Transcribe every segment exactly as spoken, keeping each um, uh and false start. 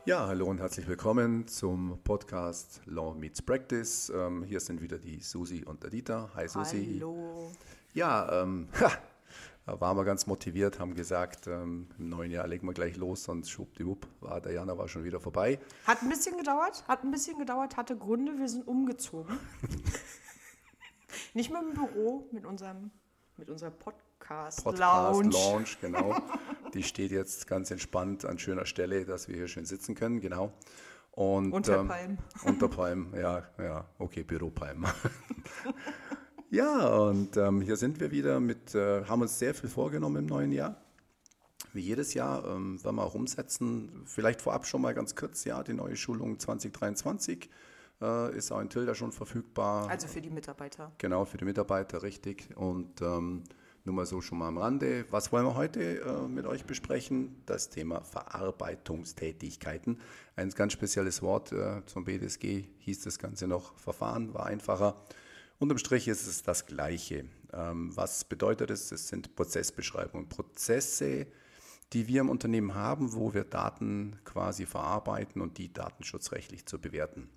Ja, hallo und herzlich willkommen zum Podcast Law Meets Practice. Ähm, hier sind wieder die Susi und der Dieter. Hi Susi. Hallo. Ja, ähm, ha, da waren wir ganz motiviert, haben gesagt, ähm, im neuen Jahr legen wir gleich los, sonst schwuppdiwupp, war der Januar schon wieder vorbei. Hat ein bisschen gedauert, hat ein bisschen gedauert, hatte Gründe, wir sind umgezogen. Nicht mit dem Büro, mit unserem, mit unserer Podcast-Lounge. Podcast-Lounge, genau. Die steht jetzt ganz entspannt an schöner Stelle, dass wir hier schön sitzen können, genau. Und, Unter ähm, Palmen. Unter Palmen, ja, ja, okay, Büropalmen. Ja, und ähm, hier sind wir wieder mit, äh, haben uns sehr viel vorgenommen im neuen Jahr. Wie jedes Jahr ähm, werden wir auch umsetzen. Vielleicht vorab schon mal ganz kurz, ja, die neue Schulung zwanzig dreiundzwanzig äh, ist auch in Tilda schon verfügbar. Also für die Mitarbeiter. Genau, für die Mitarbeiter, richtig. Und ähm, nur mal so schon mal am Rande. Was wollen wir heute äh, mit euch besprechen? Das Thema Verarbeitungstätigkeiten. Ein ganz spezielles Wort äh, zum B D S G hieß das Ganze noch Verfahren, war einfacher. Unterm Strich ist es das Gleiche. Ähm, was bedeutet es? Es sind Prozessbeschreibungen, Prozesse, die wir im Unternehmen haben, wo wir Daten quasi verarbeiten und die datenschutzrechtlich zu bewerten.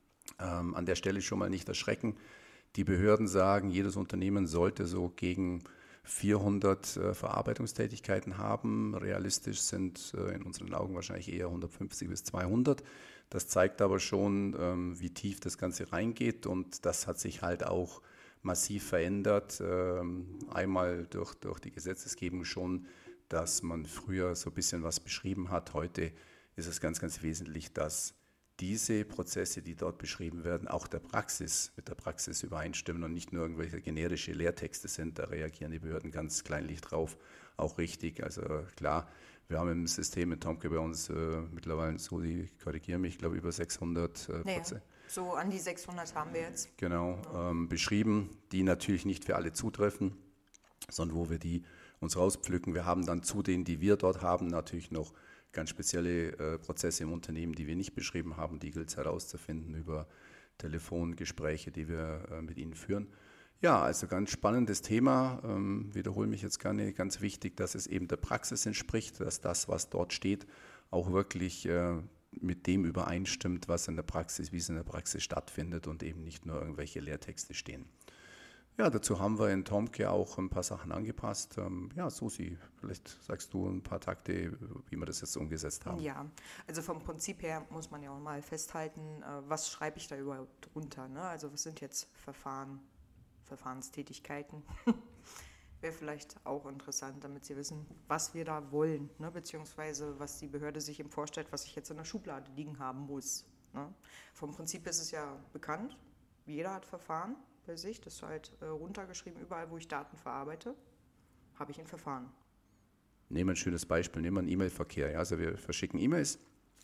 Ähm, an der Stelle schon mal nicht erschrecken. Die Behörden sagen, jedes Unternehmen sollte so gegen vierhundert äh, Verarbeitungstätigkeiten haben. Realistisch sind äh, in unseren Augen wahrscheinlich eher hundertfünfzig bis zweihundert. Das zeigt aber schon, ähm, wie tief das Ganze reingeht, und das hat sich halt auch massiv verändert. Ähm, einmal durch, durch die Gesetzesgebung schon, dass man früher so ein bisschen was beschrieben hat. Heute ist es ganz, ganz wesentlich, dass diese Prozesse, die dort beschrieben werden, auch der Praxis, mit der Praxis übereinstimmen und nicht nur irgendwelche generische Lehrtexte sind. Da reagieren die Behörden ganz kleinlich drauf, auch richtig. Also klar, wir haben im System in Tomke bei uns äh, mittlerweile, so, die korrigieren mich, ich glaube über sechshundert äh, Naja, Prozesse. so an die sechshundert haben wir jetzt. Genau, ähm, beschrieben, die natürlich nicht für alle zutreffen, sondern wo wir die uns rauspflücken. Wir haben dann zu denen, die wir dort haben, natürlich noch ganz spezielle äh, Prozesse im Unternehmen, die wir nicht beschrieben haben, die gilt es herauszufinden über Telefongespräche, die wir äh, mit ihnen führen. Ja, also ganz spannendes Thema, ähm, wiederhole mich jetzt gerne, ganz wichtig, dass es eben der Praxis entspricht, dass das, was dort steht, auch wirklich äh, mit dem übereinstimmt, was in der Praxis, wie es in der Praxis stattfindet und eben nicht nur irgendwelche Lehrtexte stehen. Ja, dazu haben wir in Tomke auch ein paar Sachen angepasst. Ja, Susi, vielleicht sagst du ein paar Takte, wie wir das jetzt umgesetzt haben. Ja, also vom Prinzip her muss man ja auch mal festhalten, was schreibe ich da überhaupt drunter, ne? Also was sind jetzt Verfahren, Verfahrenstätigkeiten? Wäre vielleicht auch interessant, damit Sie wissen, was wir da wollen, ne? Beziehungsweise was die Behörde sich eben vorstellt, was ich jetzt in der Schublade liegen haben muss. Ne? Vom Prinzip ist es ja bekannt, jeder hat Verfahren bei sich, das ist halt äh, runtergeschrieben, überall, wo ich Daten verarbeite, habe ich ein Verfahren. Nehmen wir ein schönes Beispiel, nehmen wir einen E-Mail-Verkehr. Ja, also wir verschicken E-Mails,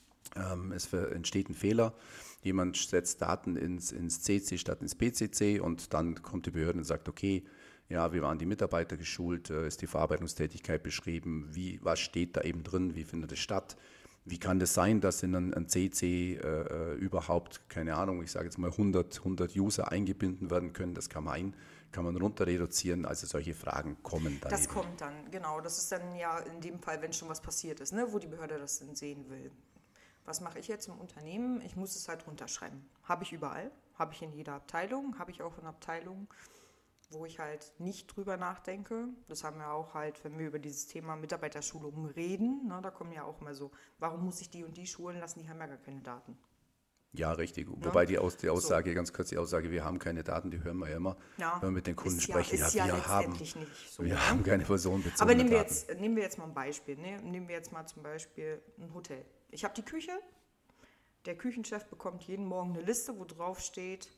ähm, es entsteht ein Fehler, jemand setzt Daten ins, ins C C statt ins P C C und dann kommt die Behörde und sagt, okay, ja, wie waren die Mitarbeiter geschult, äh, ist die Verarbeitungstätigkeit beschrieben, wie, was steht da eben drin, wie findet es statt? Wie kann das sein, dass in ein C C äh, überhaupt, keine Ahnung, ich sage jetzt mal hundert, hundert User eingebunden werden können? Das kann man ein, kann man runter reduzieren. Also solche Fragen kommen dann. Das eben. kommt dann, genau. Das ist dann ja in dem Fall, wenn schon was passiert ist, ne, wo die Behörde das dann sehen will. Was mache ich jetzt im Unternehmen? Ich muss es halt runterschreiben. Habe ich überall, habe ich in jeder Abteilung, habe ich auch in Abteilungen, wo ich halt nicht drüber nachdenke. Das haben wir auch halt, wenn wir über dieses Thema Mitarbeiterschulungen reden, ne, da kommen ja auch immer so, warum muss ich die und die schulen lassen, die haben ja gar keine Daten. Ja, richtig. Ne? Wobei die, Aus, die Aussage, so. ganz kurz die Aussage, wir haben keine Daten, die hören wir ja immer, ja, wenn wir mit den Kunden ist sprechen. Ja, ist ja, ja wir haben, nicht so. wir Ne? haben keine personenbezogenen Aber nehmen wir, Daten. jetzt, nehmen wir jetzt mal ein Beispiel. Ne? Nehmen wir jetzt mal zum Beispiel ein Hotel. Ich habe die Küche, der Küchenchef bekommt jeden Morgen eine Liste, wo drauf steht,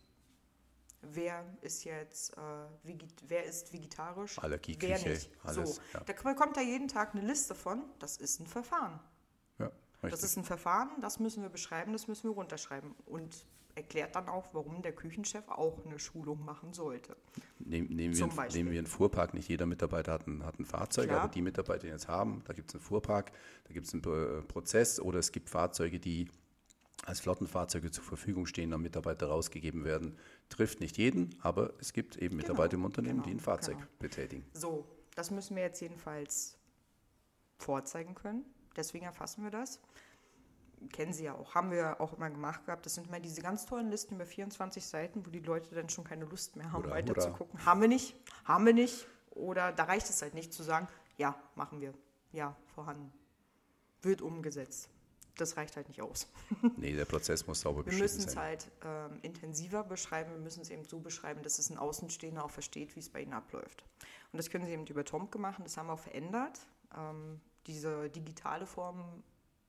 wer ist jetzt, äh, veget- wer ist vegetarisch, Allergieküche, wer nicht. alles. So, Ja. da bekommt er jeden Tag eine Liste von, das ist ein Verfahren. Ja, Das richtig. ist ein Verfahren, das müssen wir beschreiben, das müssen wir runterschreiben. Und erklärt dann auch, warum der Küchenchef auch eine Schulung machen sollte. Nehm, nehmen, wir Zum einen, Beispiel. nehmen wir einen Fuhrpark, nicht jeder Mitarbeiter hat ein, hat ein Fahrzeug, Klar. aber die Mitarbeiter, die jetzt haben, da gibt es einen Fuhrpark, da gibt es einen Pro- Prozess oder es gibt Fahrzeuge, die als Flottenfahrzeuge zur Verfügung stehen, an Mitarbeiter rausgegeben werden. Trifft nicht jeden, aber es gibt eben Mitarbeiter im Unternehmen, genau, die ein Fahrzeug genau. betätigen. So, das müssen wir jetzt jedenfalls vorzeigen können. Deswegen erfassen wir das. kennen Sie ja auch, haben wir auch immer gemacht gehabt. Das sind immer diese ganz tollen Listen über vierundzwanzig Seiten, wo die Leute dann schon keine Lust mehr haben, Hurra, weiter hurra. zu gucken. Haben wir nicht, haben wir nicht. Oder da reicht es halt nicht zu sagen, ja, machen wir, ja, vorhanden. Wird umgesetzt. Das reicht halt nicht aus. Nee, der Prozess muss sauber Wir beschrieben müssen es sein. halt ähm, intensiver beschreiben, wir müssen es eben so beschreiben, dass es ein Außenstehender auch versteht, wie es bei Ihnen abläuft. Und das können Sie eben über Tomke machen, das haben wir auch verändert. Ähm, diese digitale Form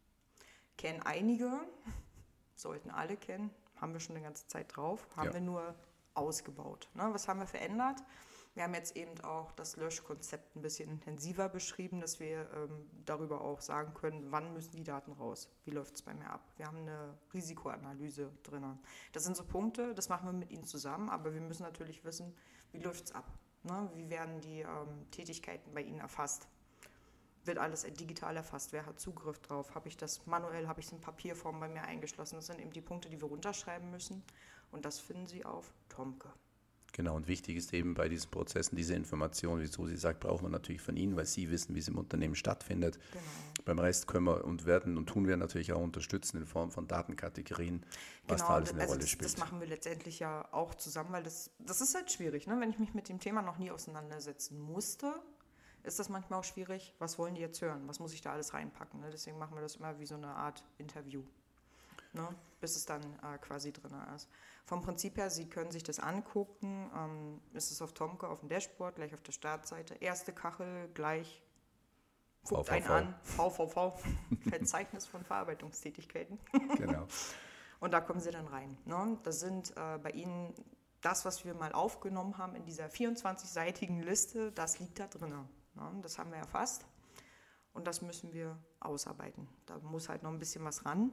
kennen einige, sollten alle kennen, haben wir schon eine ganze Zeit drauf, haben Ja. wir nur ausgebaut. Ne? Was haben wir verändert? Wir haben jetzt eben auch das Löschkonzept ein bisschen intensiver beschrieben, dass wir ähm, darüber auch sagen können, wann müssen die Daten raus, wie läuft es bei mir ab. Wir haben eine Risikoanalyse drin. Das sind so Punkte, das machen wir mit Ihnen zusammen, aber wir müssen natürlich wissen, wie läuft es ab. Ne? Wie werden die ähm, Tätigkeiten bei Ihnen erfasst? Wird alles digital erfasst? Wer hat Zugriff drauf? Habe ich das manuell, habe ich es in Papierform bei mir eingeschlossen? Das sind eben die Punkte, die wir runterschreiben müssen und das finden Sie auf Tomke. Genau, und wichtig ist eben bei diesen Prozessen diese Information, wie Susi sagt, brauchen wir natürlich von Ihnen, weil Sie wissen, wie es im Unternehmen stattfindet. Genau. Beim Rest können wir und werden und tun wir natürlich auch unterstützen in Form von Datenkategorien, was Genau, da alles eine also Rolle das, spielt. das machen wir letztendlich ja auch zusammen, weil das, das ist halt schwierig. Ne? Wenn ich mich mit dem Thema noch nie auseinandersetzen musste, ist das manchmal auch schwierig. Was wollen die jetzt hören? Was muss ich da alles reinpacken? Ne? Deswegen machen wir das immer wie so eine Art Interview, ne? Bis es dann äh, quasi drin ist. Vom Prinzip her, Sie können sich das angucken. Ähm, ist es auf Tomke, auf dem Dashboard, gleich auf der Startseite. Erste Kachel, gleich guckt V V V. einen an. V V V, Verzeichnis von Verarbeitungstätigkeiten. Genau. Und da kommen Sie dann rein. Ne? Das sind äh, bei Ihnen das, was wir mal aufgenommen haben in dieser vierundzwanzig-seitigen Liste, das liegt da drin. Ne? Das haben wir erfasst und das müssen wir ausarbeiten. Da muss halt noch ein bisschen was ran.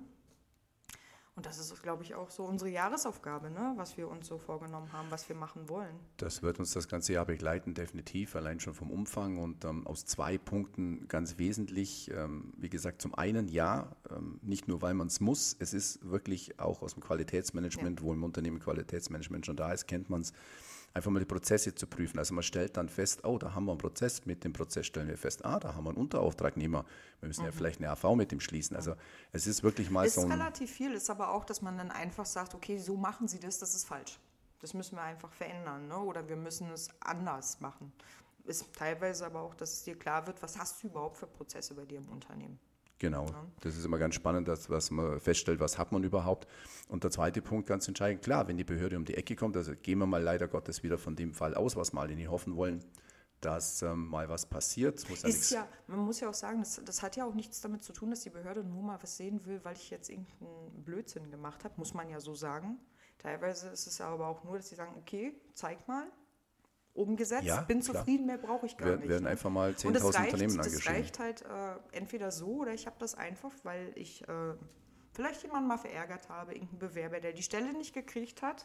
Und das ist, glaube ich, auch so unsere Jahresaufgabe, ne? Was wir uns so vorgenommen haben, was wir machen wollen. Das wird uns das ganze Jahr begleiten, definitiv, allein schon vom Umfang und ähm, aus zwei Punkten ganz wesentlich. Ähm, wie gesagt, zum einen ja, ähm, nicht nur, weil man es muss, es ist wirklich auch aus dem Qualitätsmanagement, Ja. wo im Unternehmen Qualitätsmanagement schon da ist, kennt man es, einfach mal die Prozesse zu prüfen. Also man stellt dann fest, oh, da haben wir einen Prozess, mit dem Prozess stellen wir fest, ah, da haben wir einen Unterauftragnehmer, wir müssen ja vielleicht eine A V mit dem schließen. Also es ist wirklich mal Ist so ein... relativ viel, ist aber auch, dass man dann einfach sagt, okay, so machen Sie das, das ist falsch. Das müssen wir einfach verändern, ne? Oder wir müssen es anders machen. Ist teilweise aber auch, dass es dir klar wird, was hast du überhaupt für Prozesse bei dir im Unternehmen. Genau, das ist immer ganz spannend, dass, was man feststellt, was hat man überhaupt. Und der zweite Punkt, ganz entscheidend, klar, wenn die Behörde um die Ecke kommt, also gehen wir mal leider Gottes wieder von dem Fall aus, was wir alle nicht hoffen wollen, dass ähm, mal was passiert. Es muss ja Ist nichts, ja, man muss ja auch sagen, das, das hat ja auch nichts damit zu tun, dass die Behörde nur mal was sehen will, weil ich jetzt irgendeinen Blödsinn gemacht habe, muss man ja so sagen. Teilweise ist es ja aber auch nur, dass sie sagen, okay, zeig mal, umgesetzt, Ja, bin klar. zufrieden, mehr brauche ich gar werden, nicht. werden ne? einfach mal Und das zehntausend reicht, Unternehmen das angeschrieben. reicht halt äh, entweder so oder ich habe das einfach, weil ich äh, vielleicht jemanden mal verärgert habe, irgendeinen Bewerber, der die Stelle nicht gekriegt hat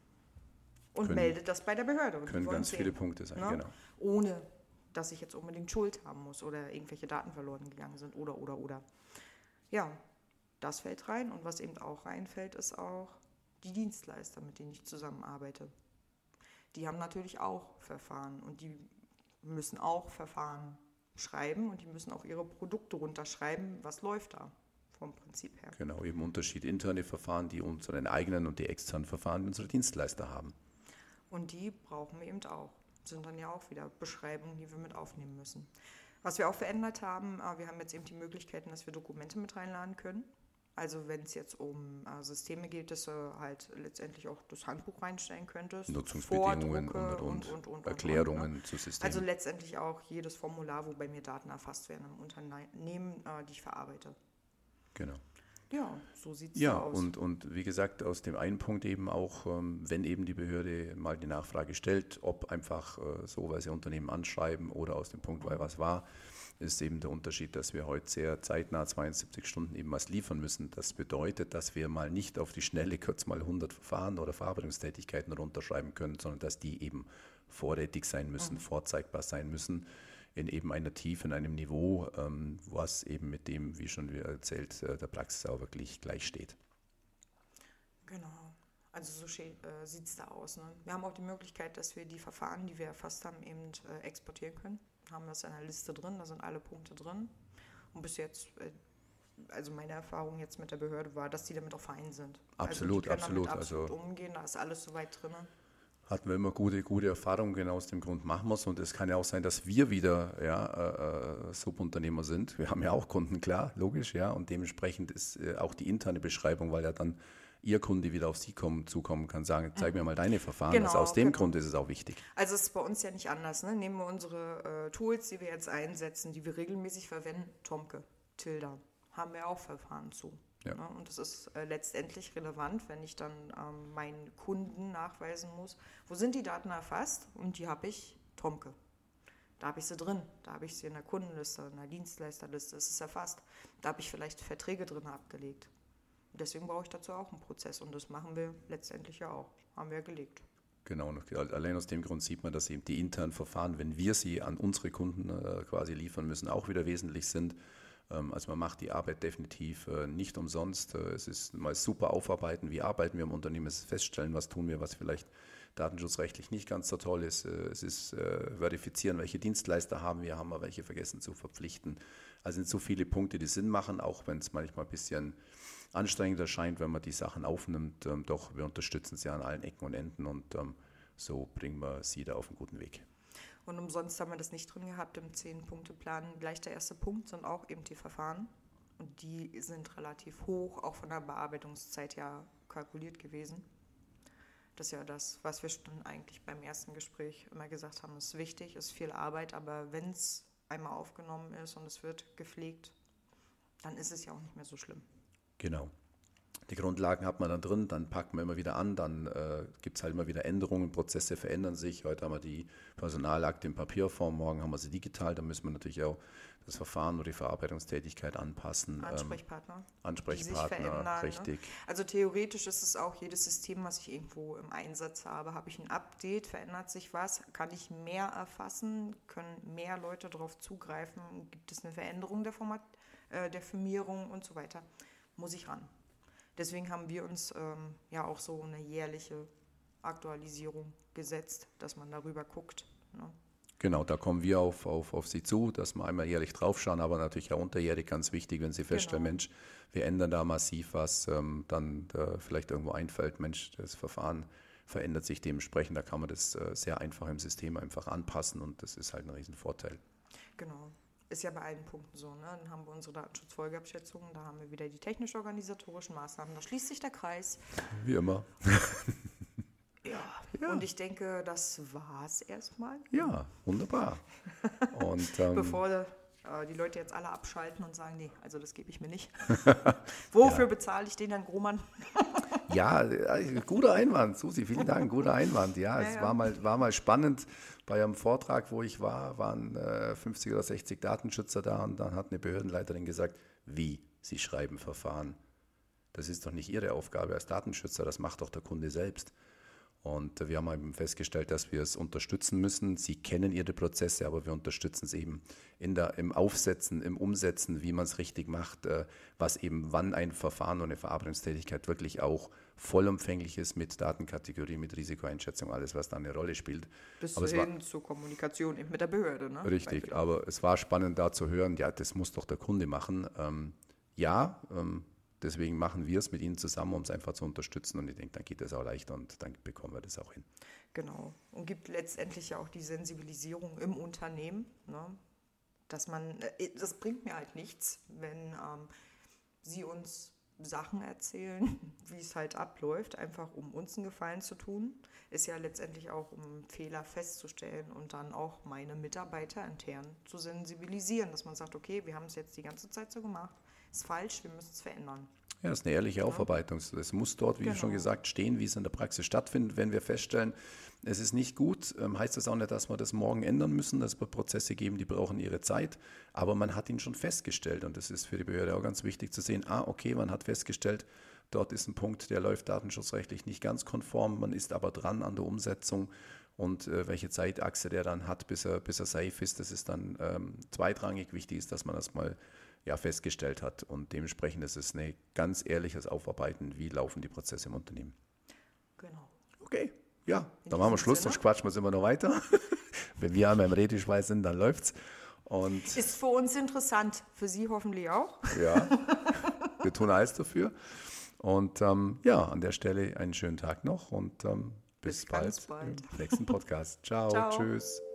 und Können- meldet das bei der Behörde. Und die Können wollen ganz sehen, viele Punkte sein, ne? genau. Ohne dass ich jetzt unbedingt Schuld haben muss oder irgendwelche Daten verloren gegangen sind oder, oder, oder. Ja, das fällt rein und was eben auch reinfällt, ist auch die Dienstleister, mit denen ich zusammenarbeite. Die haben natürlich auch Verfahren und die müssen auch Verfahren schreiben und die müssen auch ihre Produkte runterschreiben, was läuft da vom Prinzip her. Genau, eben Unterschied interne Verfahren, die unseren eigenen und die externen Verfahren, die unsere Dienstleister haben. Und die brauchen wir eben auch. Sind dann ja auch wieder Beschreibungen, die wir mit aufnehmen müssen. Was wir auch verändert haben, äh, wir haben jetzt eben die Möglichkeiten, dass wir Dokumente mit reinladen können. Also wenn es jetzt um äh, Systeme geht, dass du halt letztendlich auch das Handbuch reinstellen könntest. Nutzungsbedingungen Vordrucke und, und, und, und, und, Erklärungen und, zu ne? Systemen. Also letztendlich auch jedes Formular, wo bei mir Daten erfasst werden im Unternehmen, äh, die ich verarbeite. Genau. Ja, so sieht es Ja, aus. und, und wie gesagt, aus dem einen Punkt eben auch, ähm, wenn eben die Behörde mal die Nachfrage stellt, ob einfach äh, so, weil sie Unternehmen anschreiben oder aus dem Punkt, weil was war, ist eben der Unterschied, dass wir heute sehr zeitnah zweiundsiebzig Stunden eben was liefern müssen. Das bedeutet, dass wir mal nicht auf die Schnelle kurz mal hundert Verfahren oder Verarbeitungstätigkeiten runterschreiben können, sondern dass die eben vorrätig sein müssen, Mhm. vorzeigbar sein müssen, in eben einer Tiefe, in einem Niveau, ähm, was eben mit dem, wie schon erzählt, äh, der Praxis auch wirklich gleich steht. Genau. Also so äh, sieht es da aus. Ne? Wir haben auch die Möglichkeit, dass wir die Verfahren, die wir erfasst haben, eben äh, exportieren können. Haben das in der Liste drin, da sind alle Punkte drin. Und bis jetzt äh, also meine Erfahrung jetzt mit der Behörde war, dass die damit auch fein sind. Absolut, also die können absolut. Damit absolut also umgehen, da ist alles soweit drin. Hatten wir immer gute, gute Erfahrungen, genau aus dem Grund machen wir es. Und es kann ja auch sein, dass wir wieder ja, äh, Subunternehmer sind. Wir haben ja auch Kunden, klar, logisch, ja. Und dementsprechend ist äh, auch die interne Beschreibung, weil ja dann Ihr Kunde wieder auf Sie kommen, zukommen kann, sagen, zeig mir mal deine Verfahren. Genau, also aus dem genau. Grund ist es auch wichtig. Also es ist bei uns ja nicht anders. Ne? Nehmen wir unsere äh, Tools, die wir jetzt einsetzen, die wir regelmäßig verwenden, Tomke, Tilda, haben wir auch Verfahren zu. Ja. Ne? Und das ist äh, letztendlich relevant, wenn ich dann ähm, meinen Kunden nachweisen muss, wo sind die Daten erfasst? Und die habe ich Tomke. Da habe ich sie drin, da habe ich sie in der Kundenliste, in der Dienstleisterliste, es ist erfasst. Da habe ich vielleicht Verträge drin abgelegt. Deswegen brauche ich dazu auch einen Prozess und das machen wir letztendlich ja auch, haben wir gelegt. Genau, und allein aus dem Grund sieht man, dass eben die internen Verfahren, wenn wir sie an unsere Kunden äh, quasi liefern müssen, auch wieder wesentlich sind. Ähm, also man macht die Arbeit definitiv äh, nicht umsonst. Äh, es ist mal super aufarbeiten, wie arbeiten wir im Unternehmen, es ist feststellen, was tun wir, was vielleicht datenschutzrechtlich nicht ganz so toll ist. Äh, es ist äh, verifizieren, welche Dienstleister haben wir, haben wir welche vergessen zu verpflichten. Also sind so viele Punkte, die Sinn machen, auch wenn es manchmal ein bisschen anstrengend erscheint, wenn man die Sachen aufnimmt. Ähm, doch, wir unterstützen sie an allen Ecken und Enden und ähm, so bringen wir sie da auf einen guten Weg. Und umsonst haben wir das nicht drin gehabt im zehn-Punkte-Plan. Gleich der erste Punkt sind auch eben die Verfahren. Und die sind relativ hoch, auch von der Bearbeitungszeit ja kalkuliert gewesen. Das ist ja das, was wir schon eigentlich beim ersten Gespräch immer gesagt haben, ist wichtig, ist viel Arbeit, aber wenn es einmal aufgenommen ist und es wird gepflegt, dann ist es ja auch nicht mehr so schlimm. Genau. Die Grundlagen hat man dann drin, dann packt man immer wieder an, dann äh, gibt es halt immer wieder Änderungen, Prozesse verändern sich. Heute haben wir die Personalakte in Papierform, morgen haben wir sie digital, da müssen wir natürlich auch das Verfahren oder die Verarbeitungstätigkeit anpassen. Ansprechpartner. Ähm, Ansprechpartner, richtig. Ne? Also theoretisch ist es auch jedes System, was ich irgendwo im Einsatz habe. Habe ich ein Update, verändert sich was, kann ich mehr erfassen, können mehr Leute darauf zugreifen, gibt es eine Veränderung der, Format, äh, der Firmierung und so weiter, muss ich ran. Deswegen haben wir uns ähm, ja auch so eine jährliche Aktualisierung gesetzt, dass man darüber guckt. Ne? Genau, da kommen wir auf, auf, auf Sie zu, dass wir einmal jährlich draufschauen, aber natürlich auch unterjährig ganz wichtig, wenn Sie feststellen, genau. Mensch, wir ändern da massiv was, ähm, dann äh, vielleicht irgendwo einfällt, Mensch, das Verfahren verändert sich dementsprechend, da kann man das äh, sehr einfach im System einfach anpassen und das ist halt ein Riesenvorteil. Genau. Ist ja bei allen Punkten so. Ne? Dann haben wir unsere Datenschutzfolgeabschätzungen, da haben wir wieder die technisch-organisatorischen Maßnahmen, da schließt sich der Kreis. Wie immer. ja. ja, und ich denke, das war es erstmal. Ja, wunderbar. Und, ähm, Bevor äh, die Leute jetzt alle abschalten und sagen, nee, also das gebe ich mir nicht. Wofür ja. bezahle ich den Herrn Grohmann? Ja, guter Einwand, Susi, vielen Dank, guter Einwand. Ja, ja es ja. War, mal, war mal spannend. Bei einem Vortrag, wo ich war, waren äh, fünfzig oder sechzig Datenschützer da und dann hat eine Behördenleiterin gesagt, wie, Sie schreiben Verfahren. Das ist doch nicht Ihre Aufgabe als Datenschützer, das macht doch der Kunde selbst. Und wir haben eben festgestellt, dass wir es unterstützen müssen. Sie kennen Ihre Prozesse, aber wir unterstützen es eben in der, im Aufsetzen, im Umsetzen, wie man es richtig macht, äh, was eben wann ein Verfahren und eine Verarbeitungstätigkeit wirklich auch vollumfänglich ist mit Datenkategorie, mit Risikoeinschätzung, alles, was da eine Rolle spielt. Bis aber hin war, zur Kommunikation eben mit der Behörde. Ne? Richtig, aber es war spannend da zu hören, ja, das muss doch der Kunde machen. Ähm, ja, ähm, Deswegen machen wir es mit Ihnen zusammen, um es einfach zu unterstützen. Und ich denke, dann geht es auch leichter und dann bekommen wir das auch hin. Genau. Und gibt letztendlich ja auch die Sensibilisierung im Unternehmen, ne? Dass man, das bringt mir halt nichts, wenn ähm, Sie uns Sachen erzählen, wie es halt abläuft, einfach um uns einen Gefallen zu tun. Ist ja letztendlich auch, um Fehler festzustellen und dann auch meine Mitarbeiter intern zu sensibilisieren, dass man sagt, okay, wir haben es jetzt die ganze Zeit so gemacht. Ist falsch, wir müssen es verändern. Ja, das ist eine ehrliche Aufarbeitung. Es muss dort, wie genau. schon gesagt, stehen, wie es in der Praxis stattfindet. Wenn wir feststellen, es ist nicht gut, heißt das auch nicht, dass wir das morgen ändern müssen. Es wird Prozesse geben, die brauchen ihre Zeit. Aber man hat ihn schon festgestellt. Und das ist für die Behörde auch ganz wichtig zu sehen. Ah, okay, man hat festgestellt, dort ist ein Punkt, der läuft datenschutzrechtlich nicht ganz konform. Man ist aber dran an der Umsetzung. Und äh, welche Zeitachse der dann hat, bis er, bis er safe ist, das ist dann ähm, zweitrangig. Wichtig ist, dass man das mal ja, festgestellt hat. Und dementsprechend ist es ein ganz ehrliches Aufarbeiten, wie laufen die Prozesse im Unternehmen. Genau. Okay, ja, in dann machen wir Schluss, Sinne. Sonst quatschen wir es immer noch weiter. Wenn wir einmal im Redespeiß sind, dann läuft's. Und ist für uns interessant, für Sie hoffentlich auch. Ja, wir tun alles dafür. Und ähm, ja, an der Stelle einen schönen Tag noch und ähm, bis, bis bald, bald im nächsten Podcast. Ciao, Ciao. Tschüss.